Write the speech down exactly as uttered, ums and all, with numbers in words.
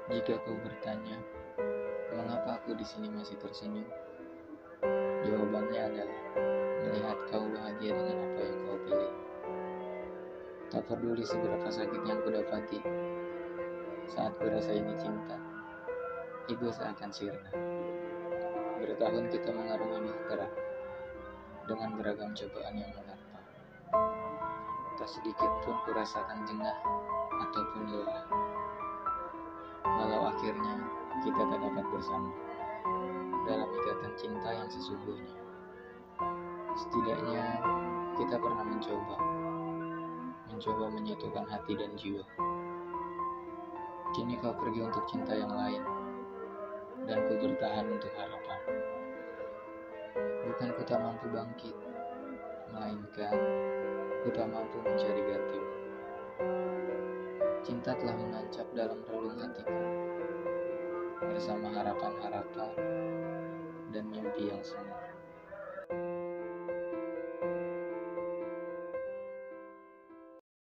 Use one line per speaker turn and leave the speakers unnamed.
Jika kau bertanya, mengapa aku di sini masih tersenyum? Jawabannya adalah melihat kau bahagia dengan apa yang kau pilih. Tak peduli seberapa sakit yang kudapati, saat kurasa ini cinta, ego seakan sirna. Bertahun kita mengarungi bahtera dengan beragam cobaan yang menerpa. Tak sedikit pun kurasakan jengah ataupun lelah. Walau akhirnya kita tak dapat bersama dalam ikatan cinta yang sesungguhnya. Setidaknya kita pernah mencoba Mencoba menyatukan hati dan jiwa. Kini kau pergi untuk cinta yang lain, dan ku bertahan untuk harapan. Bukan ku tak mampu bangkit, melainkan ku tak mampu mencari gantimu. Cinta telah menancap dalam relung hatiku, bersama harapan-harapan dan mimpi yang semu.